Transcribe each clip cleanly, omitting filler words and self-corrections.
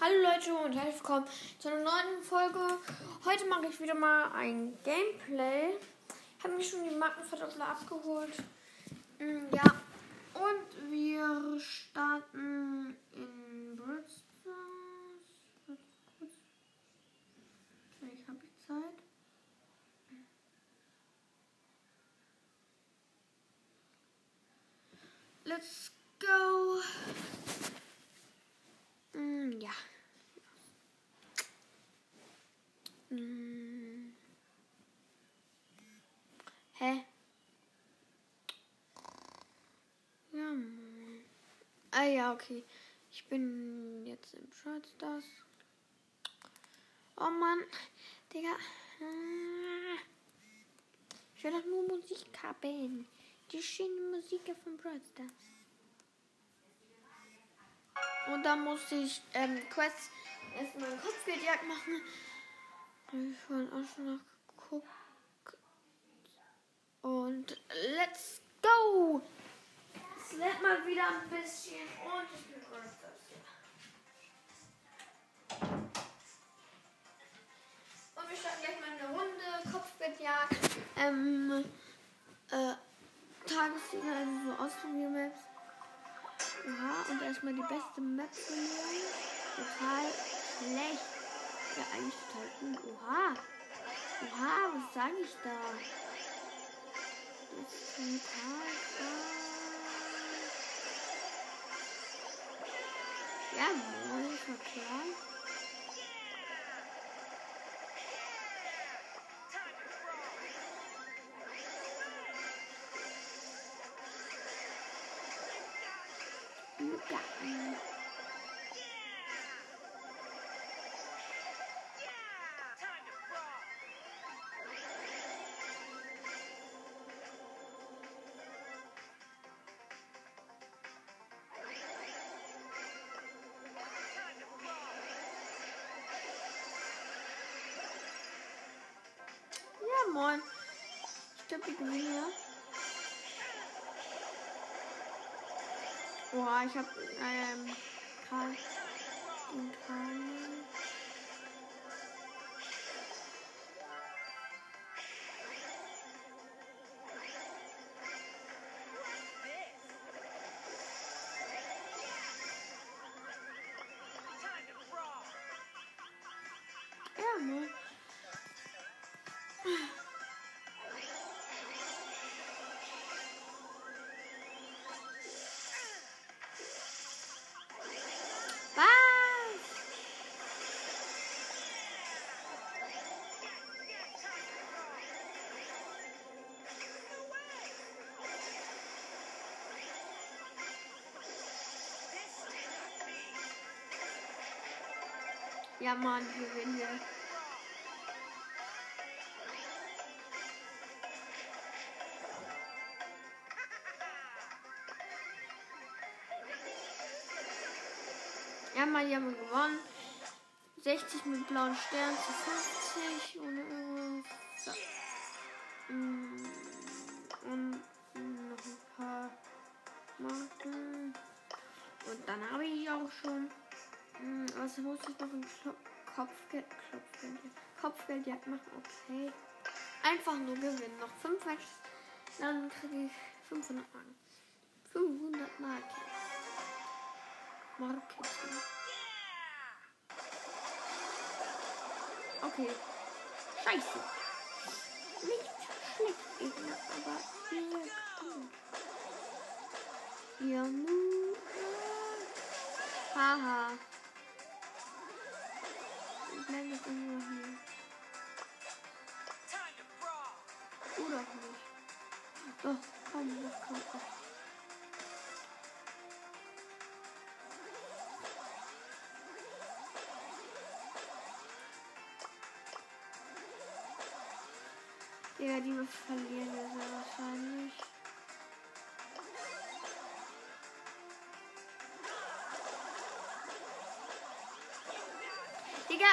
Hallo Leute und herzlich willkommen zu einer neuen Folge. Heute mache ich wieder mal ein Gameplay. Ich habe mir schon die Markenverdoppler abgeholt. Ja, und wir starten in Brawl Stars. Ich habe Zeit. Let's go. Ja. Hä? Ja, Mann. Ah ja, okay. Ich bin jetzt im Brawl Stars. Oh Mann, Digga. Ich will doch nur Musik haben. Die schöne Musik von Brawl Stars. Und dann muss ich Quests erstmal eine Kopfgeldjagd machen. Habe ich vorhin auch schon nachgeguckt. Und let's go! Es lädt mal wieder ein bisschen und ich bin Brawl Stars. Und wir starten gleich mal eine Runde Kopfgeldjagd. Tagessieger, also so Ausprobier-Maps. Oha, und erstmal die beste Map von mir. Total schlecht. Ja, eigentlich total gut. Oha. Oha, was sage ich da? Das ist total krass. Ja, moin, ist ja klar. Ja, moin. Ich glaube, wir gewinnen, ja. Boah, ich hab Karl und Karl. Ja, moin. Ja, Mann, wir gewinnen hier. Ja, Mann, die haben wir gewonnen. 60 mit blauen Sternen zu 50 ohne irgendwas. So. Und noch ein paar Marken. Und dann habe ich auch schon. Was muss ich noch im Kopfgeldjagd machen? Okay. Einfach nur gewinnen. Noch 5 Matches. Dann kriege ich 500 Marken. 500 Marken. Okay. Scheiße. Nicht schlecht, Gegner, aber sehr gut. Ja, haha. Ich bleibe jetzt immer hier. Du doch nicht. Doch, komm. Ja, die wir verlieren wir sehr wahrscheinlich. Digga!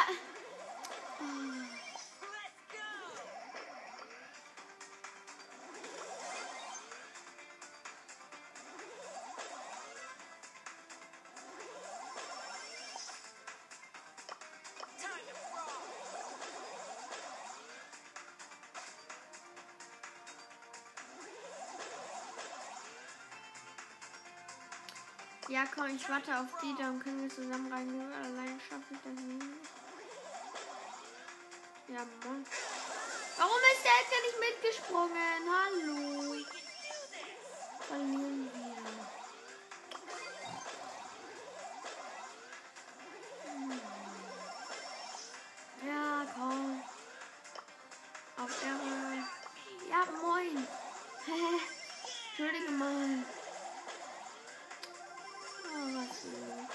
Ja, komm, ich warte auf die, dann können wir zusammen reingehen. Allein schaffe ich das nicht. Ja, Mann. Warum ist der jetzt nicht mitgesprungen? Hallo. Verlieren wir. Ja, komm. Auf Ehre. Ja, moin. Entschuldige mal. Oh, was ist?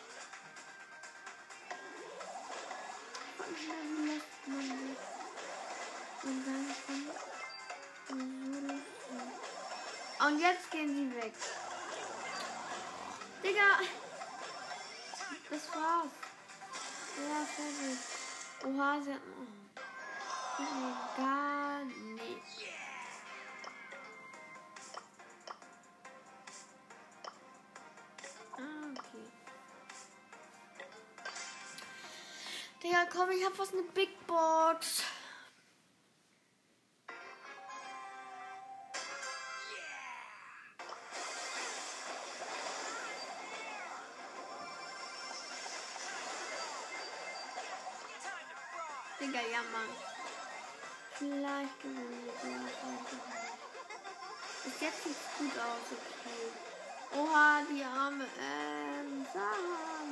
Wie lässt man sich? Und dann kommt und jetzt gehen sie weg. Digga. Das war's. Ja, fertig. Oha, sie hat... Nee, gar nicht. Okay. Digga, komm, ich hab fast eine Big Box. Digga, ja, Mann. Vielleicht gewinnen wir ja. Bis jetzt sieht's gut aus, okay. Oha, die arme Sarah.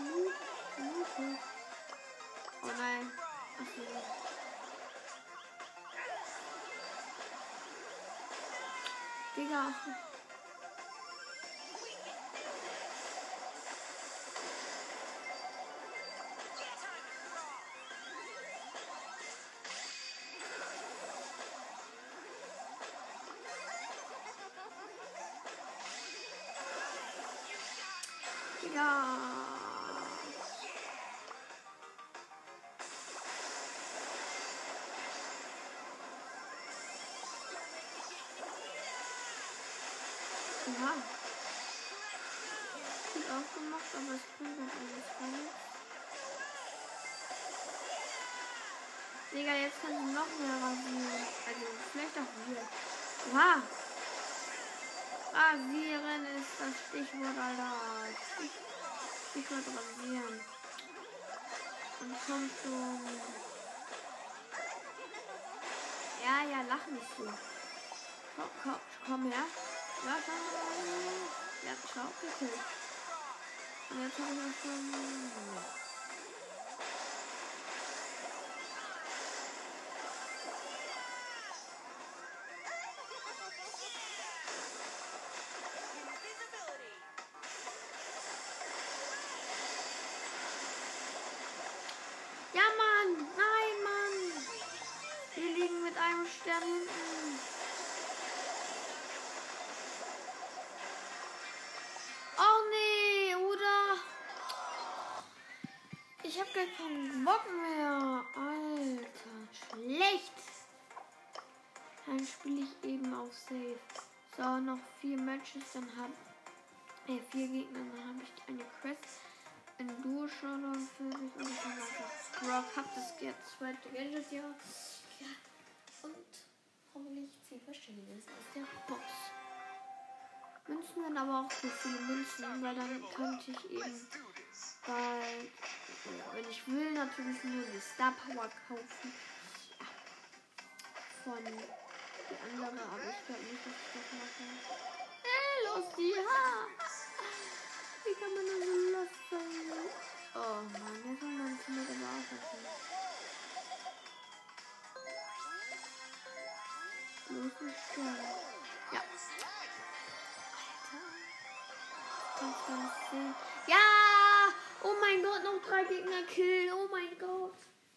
Oh nein. Okay. Digga. Ja. Ja. Gut aufgemacht, aber es bringt halt alles gar. Digga, jetzt kann sie noch mehr rasieren. Also vielleicht auch wir. Oha. Rasieren ist das Stichwort, Alter. Stichwort rasieren. Und kommt so. Ja, lach nicht so. Komm her. Ja, schau. Ja, schau, bitte. Und jetzt habe ich auch schon. Ja, Mann! Nein, Mann! Wir liegen mit einem Stern hinten. Oh nee, oder? Ich hab gar keinen Bock mehr. Alter, schlecht. Dann spiele ich eben auf Safe. So, noch 4 Matches, dann hab 4 Gegner, dann habe ich eine Quest. Ein Duo-Showdown für sich und ich habe einfach Brock, hab das zweite Gadget, ja. Und hoffentlich 10 verschiedene aus der Box. Münzen sind aber auch so viele Münzen, weil dann könnte ich eben bald, wenn ich will, natürlich nur die Star Power kaufen. Ja. Von die andere, aber ich glaube nicht, dass ich das mache. Los, die ha! Wie kann man nur so los sein? Oh Mann, jetzt soll mein Zimmer aber aufpassen. Los, ist schon. Ja. Alter. Kannst du das sehen? Ja! Oh mein Gott, noch 3 Gegner killen. Oh mein Gott.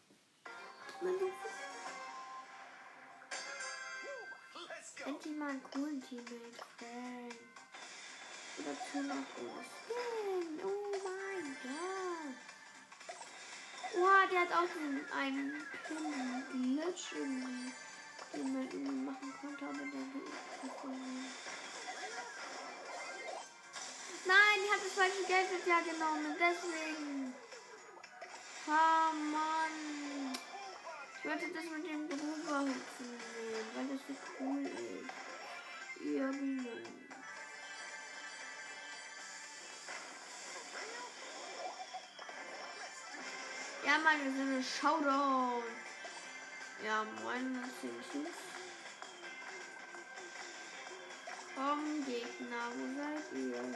Endlich mal einen coolen Teammate. Frank. Dazu noch ohne Skin. Oh mein Gott. Wow, der hat auch einen Pin-Glitch irgendwie, den man irgendwie machen konnte, aber der geht nicht. Nein, ich habe das falsche Gadget ja genommen, deswegen. Oh Mann. Ich wollte das mit dem Drüberhüpfen nehmen, weil das so cool ist. Ja, genau. Ja, Mann, wir sind ein Showdown. Ja, moin, komm, Gegner, wo seid ihr?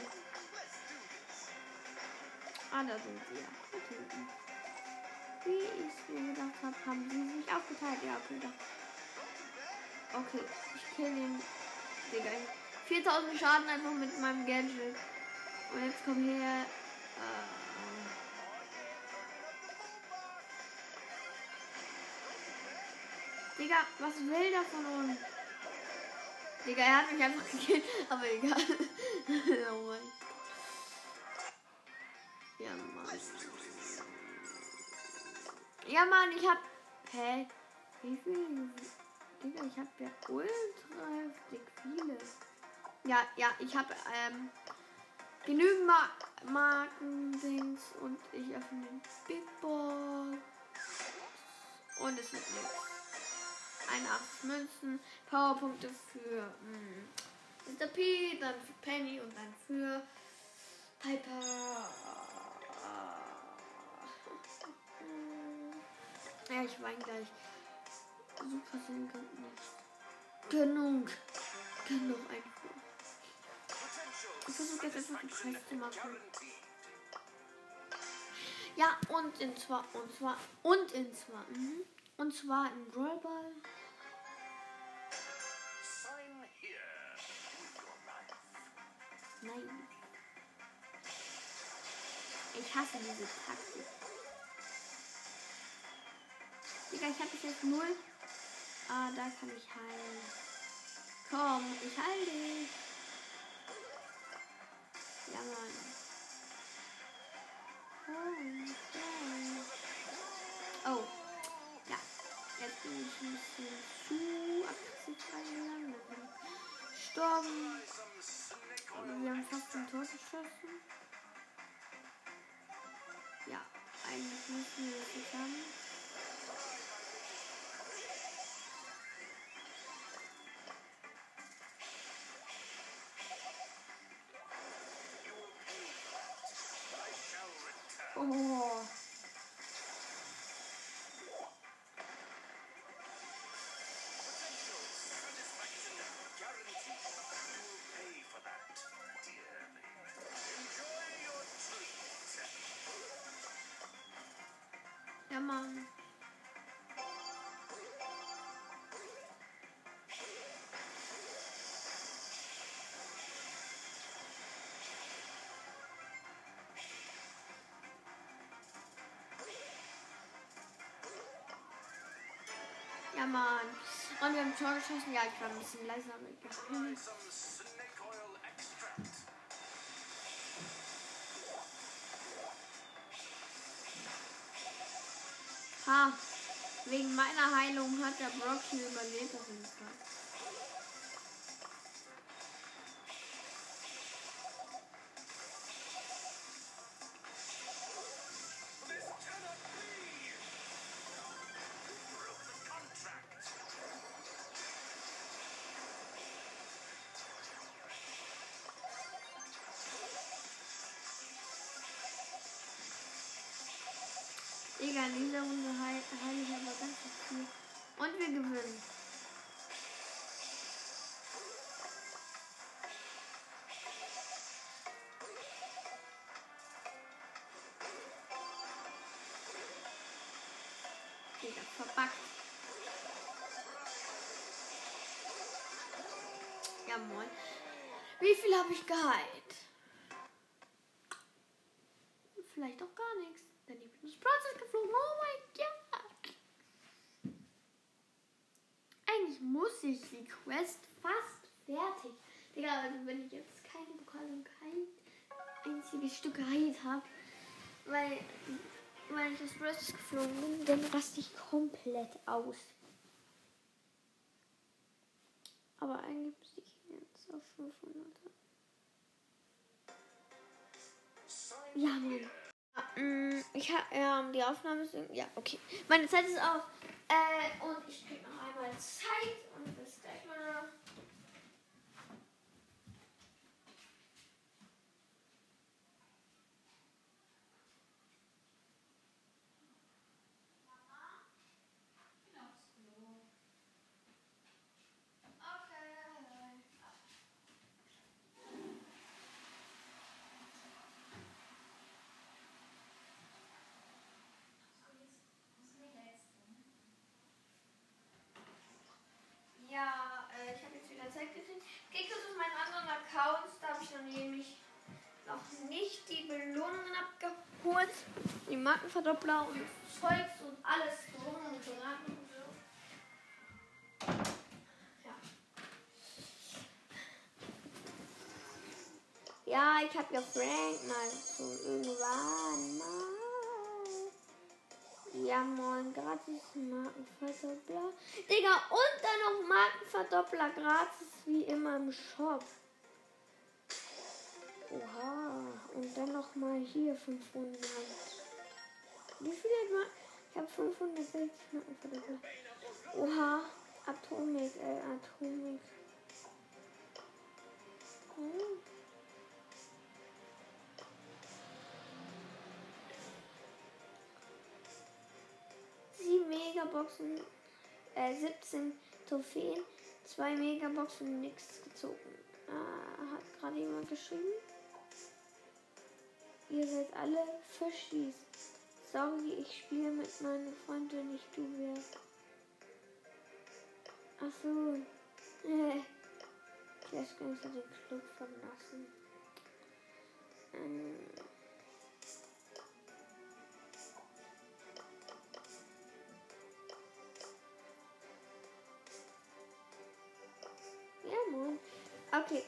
Ah, da sind sie. Da hinten. Wie ich mir gedacht habe, haben sie sich aufgeteilt. Ja, okay, da. Okay, ich kill den. Digga, 4000 Schaden einfach mit meinem Gadget. Und jetzt komm her. Digga, was will der von uns? Digga, er hat mich einfach gekillt, aber egal. Oh Mann. Ja, Mann. Ja, Mann, ich hab. Hä? Wie viel? Digga, ich hab ja ultra heftig viele. Ja, ich hab genügend Marken-Dings und ich öffne den Big Box. Und es wird nichts. 81 Münzen, Powerpunkte für Mr. P, dann für Penny und dann für Piper. Ja, ich weine gleich. Super sind nicht. Genug einfach. Ich versuche jetzt einfach die Quest zu machen. Ja, und zwar im Rollball. Nein. Ich hasse diese Taktik. Digga, ich habe bis jetzt 0. Ah, da kann ich heilen. Komm, ich heile dich. Ja, Mann. Oh. Ja. Jetzt bin ich ein bisschen zu aggressiv reingegangen. Dann bin ich gestorben. Wir haben fast ein Tor geschossen. Ja, eigentlich müssen wir das jetzt haben. Oh. Ja, Mann. Ja, Mann. Und wir haben Tor geschossen. Ja, ich war ein bisschen leiser. Ha. Wegen meiner Heilung hat der Brock hier überlebt auf jeden Fall. Digga, in dieser Runde heile ich aber ganz viel. Und wir gewinnen. Digga, verbackt. Ja, moin. Wie viel habe ich geheilt? Vielleicht auch gar nichts. Denn ich bin ins Prozess geflogen. Oh mein Gott. Eigentlich muss ich die Quest fast fertig. Digga, also wenn ich jetzt keine Pokal und kein einziges Stück geheilt habe, weil ich ins Prozess geflogen bin, dann raste ich komplett aus. Aber eigentlich muss ich jetzt auf 500. Ja, Mann. Ich habe die Aufnahme ist ja okay. Meine Zeit ist aus. Und ich krieg noch einmal Zeit und bis gleich mal. damals die Markenverdoppler und Zeugs und alles gewonnen und geraten und so. Ja, ich habe ja Frank mal so irgendwann mal. Ja, moin, gratis Markenverdoppler. Digga, und dann noch Markenverdoppler gratis wie immer im Shop. Oha, und dann noch mal hier 500. Wie viele Marken? Ich habe 560 Markenverdoppler. Oha, Atomic, Atomic. Hm. 7 Megaboxen, 17 Trophäen, 2 Megaboxen, nichts gezogen. Hat gerade jemand geschrieben. Ihr seid alle Fischis. Sorry, ich spiele mit meinen Freunden, nicht du wärst. Achso. Clash Games hat den Club verlassen. Ja, moin. Okay.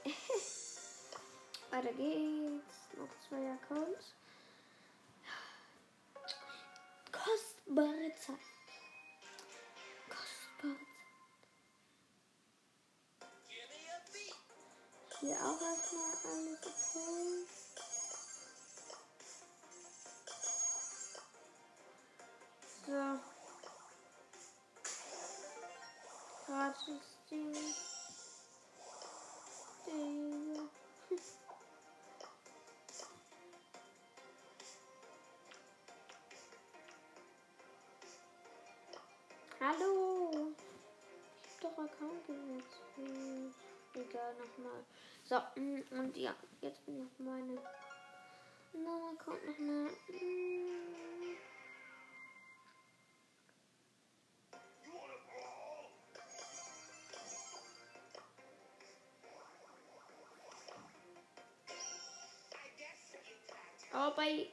Weiter geht's. Noch 2 Accounts. Kostbare Zeit. Kostbare Zeit. Hier auch erstmal alles okay. So. Gratis Ding. Hallo. Ich hab doch Account gesetzt. Egal, nochmal. So, und ja, jetzt bin ich auf meine anderen Account nochmal. Aber bei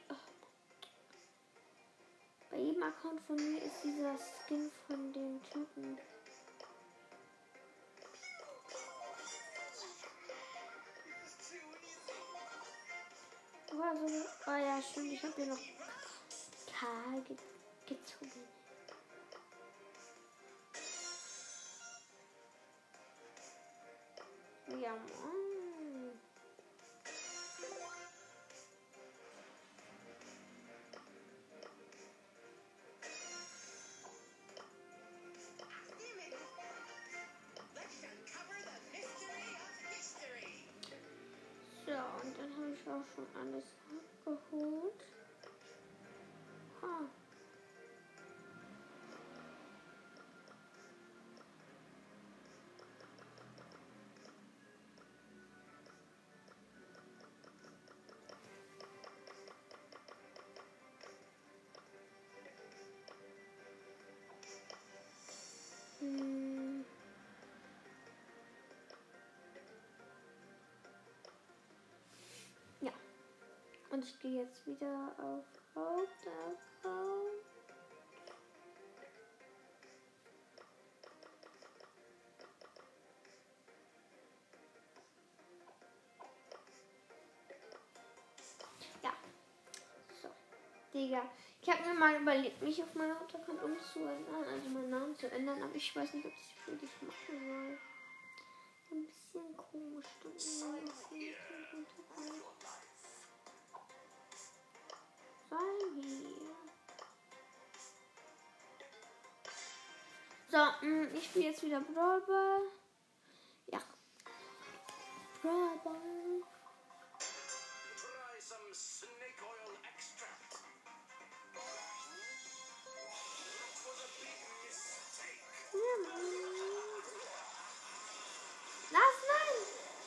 jedem Account von mir ist dieser Skin von dem Typen. Oh ja, stimmt, ich habe hier noch Karl gezogen. Ja, Mann. So, und dann habe ich auch schon alles abgeholt. Ha. Ja. Und ich gehe jetzt wieder auf Hauptaccount. Ja. So. Digga. Ich habe mir mal überlegt, mich auf meinen Hauptaccount umzuändern, also meinen Namen zu ändern, aber ich weiß nicht, ob ich das wirklich machen soll. Ein bisschen komisch. So, ich spiele jetzt wieder Brawl Ball. Ja. Brawl Ball. Lass, nein!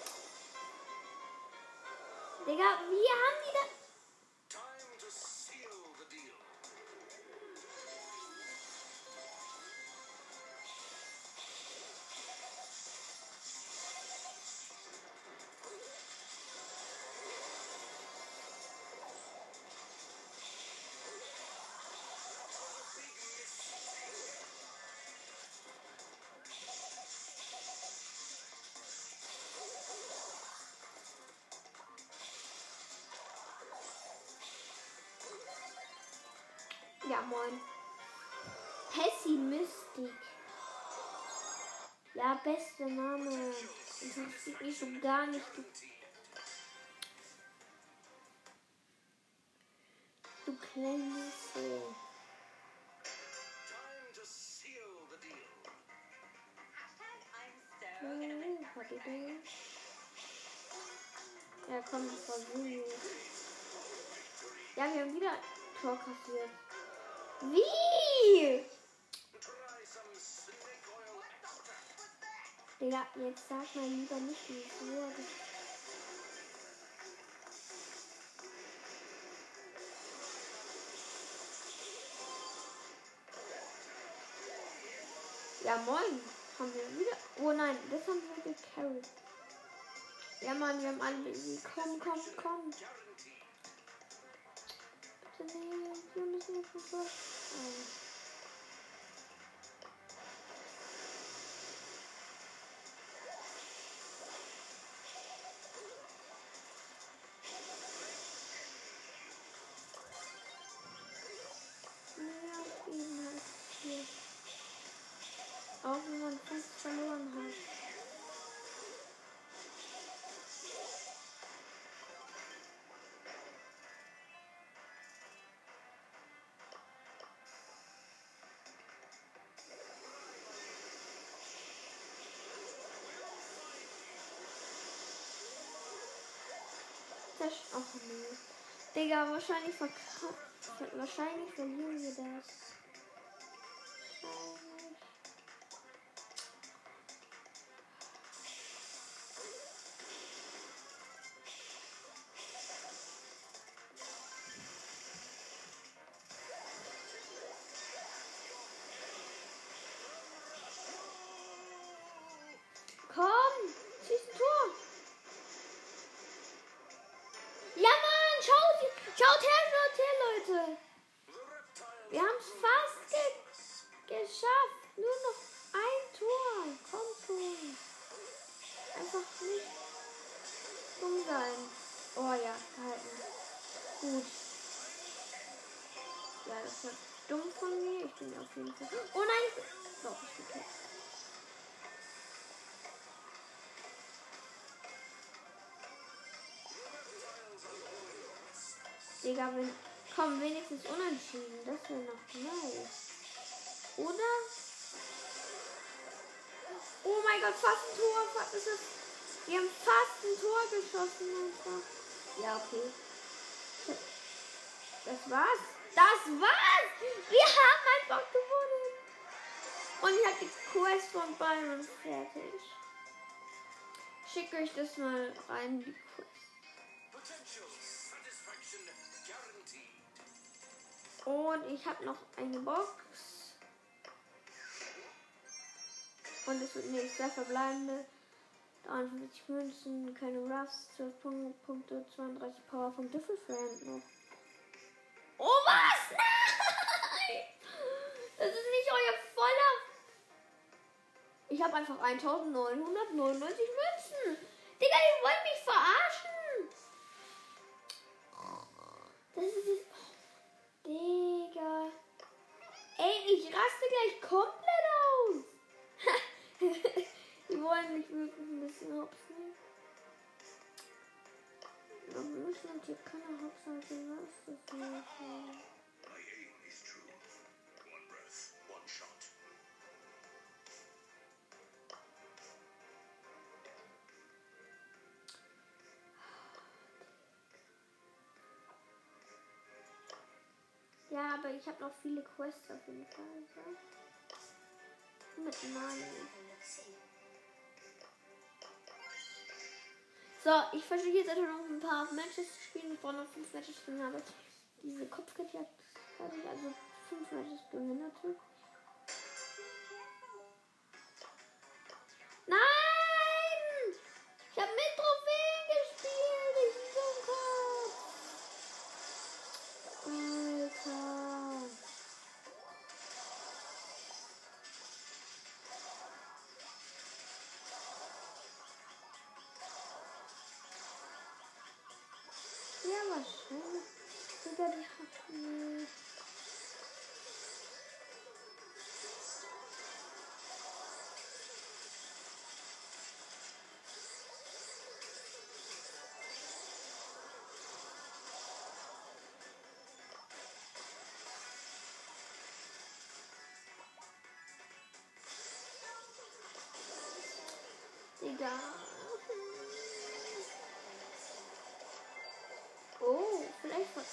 Digga, wie haben die das? Ja, moin. Pessimistik. Ja, bester Name. Interessiert mich so gar nicht. Du kleines. Ja, komm, das war süß. Ja, wir haben wieder Tor kassiert. Wie? Digga, jetzt sag mal lieber nicht, wie es wurde. Ja, moin. Haben wir wieder. Oh nein, das haben wir gecarried. Ja, Mann, wir haben alle besiegt. Komm. Bitte nicht. Wir müssen jetzt so. Ja, eben halt hier. Auch wenn man fast verloren hat. Das ist auch nee. Digga, wahrscheinlich verlieren wir das. Komm, schieß ein Tor. Ja, Mann, schaut her, Leute. Wir haben es fast geschafft. Nur noch ein Tor. Komm schon. Einfach nicht dumm sein. Oh ja, gehalten. Gut. Ja, das war dumm von mir. Ich bin auf jeden Fall. Oh nein. Doch, ich bin tot. Digga, komm, wenigstens unentschieden. Das wäre noch nice. Oder? Oh mein Gott, fast ein Tor. Wir haben fast ein Tor geschossen. Einfach. Ja, okay. Das war's. Wir haben einfach gewonnen. Und ich habe die Quest von Byron fertig. Schickt euch das mal rein, die Quest. Und ich habe noch eine Box. Und es wird nicht sehr verbleibende. 53 Münzen, keine Ruffs, 12 Punkte, 32 Powerpunkte für Friend noch. Oh was? Nein! Das ist nicht euer voller. Ich habe einfach 1999 Münzen. Digga, ihr wollt mich verarschen. Das ist jetzt. Digga. Ey, ich raste gleich komplett aus. Die wollen mich wirklich ein bisschen hops nehmen. Aber wir müssen uns hier keine Hops halten. Was ist das hier? Ja, aber ich habe noch viele Quests auf jeden Fall. So. Mit Nani. So, ich versuche jetzt einfach noch ein paar Matches zu spielen. Ich brauche noch 5 Matches drin, aber diese Kopfgeldjagd habe ich also 5 Matches gewinnen natürlich. Nein! Ich habe mit Trophäen gespielt. Ich bin so ein Kopf. Alter. Ja, wahrscheinlich. Digga, die hat mich.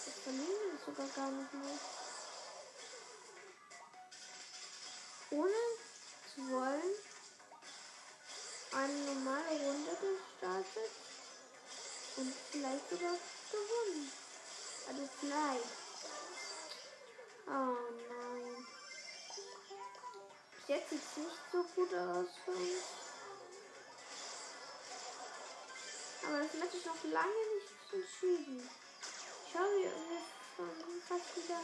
Ich verliere das sogar gar nicht mehr. Ohne zu wollen eine normale Runde gestartet und vielleicht sogar gewonnen. Also vielleicht. Oh nein. Bis jetzt sieht es nicht so gut aus für uns. Aber das Match ist noch lange nicht entschieden. Ich habe wir schon fast wieder.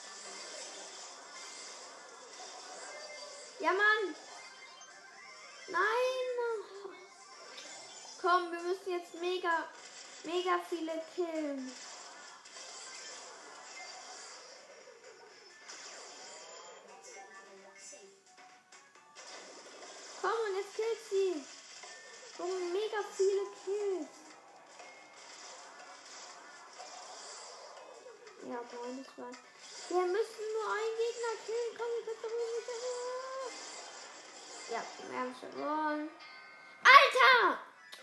Ja, Mann! Nein! Komm, wir müssen jetzt mega viele killen. Komm, und jetzt killt sie. Komm, mega viele Kills. Ja, boah, das war's. Wir müssen nur einen Gegner killen. Komm, wir können doch nicht. Ja, wir haben schon gewonnen. Alter!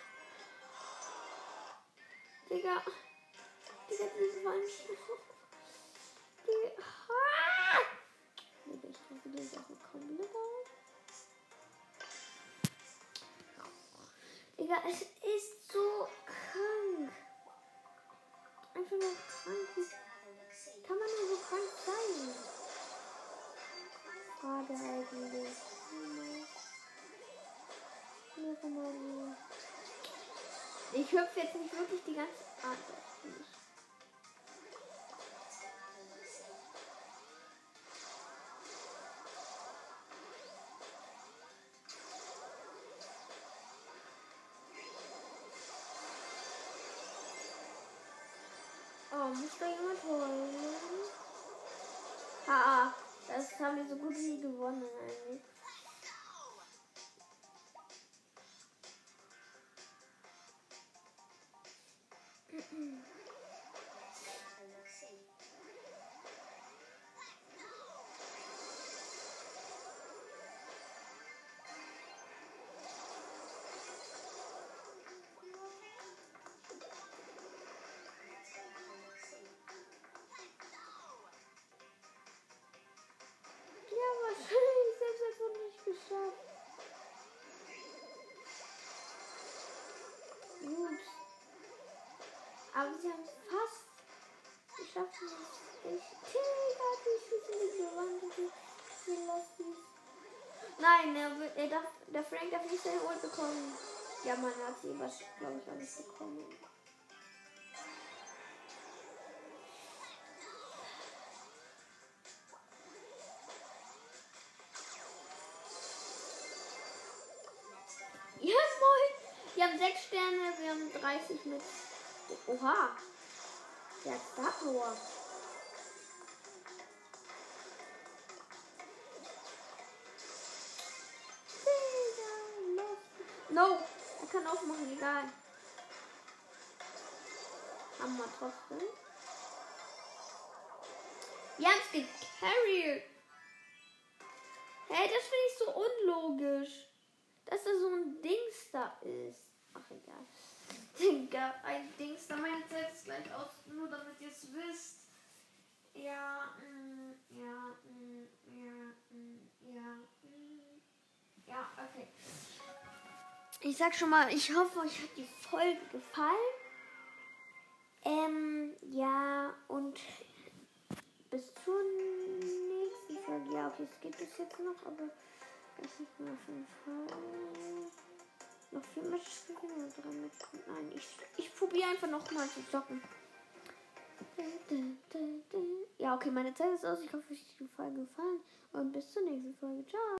Digga, diese waren schon. Digga, ich hoffe, die ist auch ein komplett aus. Digga, es ist so krank. Einfach nur krank. Kann man nur so krank sein? Frage eigentlich. Ich hüpfe jetzt nicht wirklich die ganze Art. Oh, muss da jemand holen? Haha, das haben wir so gut wie gewonnen eigentlich. Wahrscheinlich selbst einfach nicht geschafft. Ups. Aber sie haben es fast geschafft. Ich schieße nicht so weit. Nein, der Frank darf nicht sein Ult bekommen. Ja, man hat sie, glaube ich, auch nicht bekommen. Ja, moin. Wir haben 6 Sterne, wir haben 30 mit. Oha. Der Star Power. No. Er kann aufmachen, egal. Haben wir trotzdem. Wir haben es gecarried. Hey, das finde ich so unlogisch. Dass da so ein Dings da ist. Ach, egal. Digga, ein Dings da. Meine Zeit ist gleich aus. Nur damit ihr es wisst. Ja, okay. Ich sag schon mal, ich hoffe, euch hat die Folge gefallen. Ja, und bis zur nächsten Folge. Ja, okay, es geht bis jetzt noch, aber das ist mir auf jeden Fall. Noch 4 Matches gewinnen oder 3 Matches. Nein, ich probiere einfach nochmal zu zocken. Ja, okay, meine Zeit ist aus. Ich hoffe, euch hat die Folge gefallen. Und bis zur nächsten Folge. Ciao.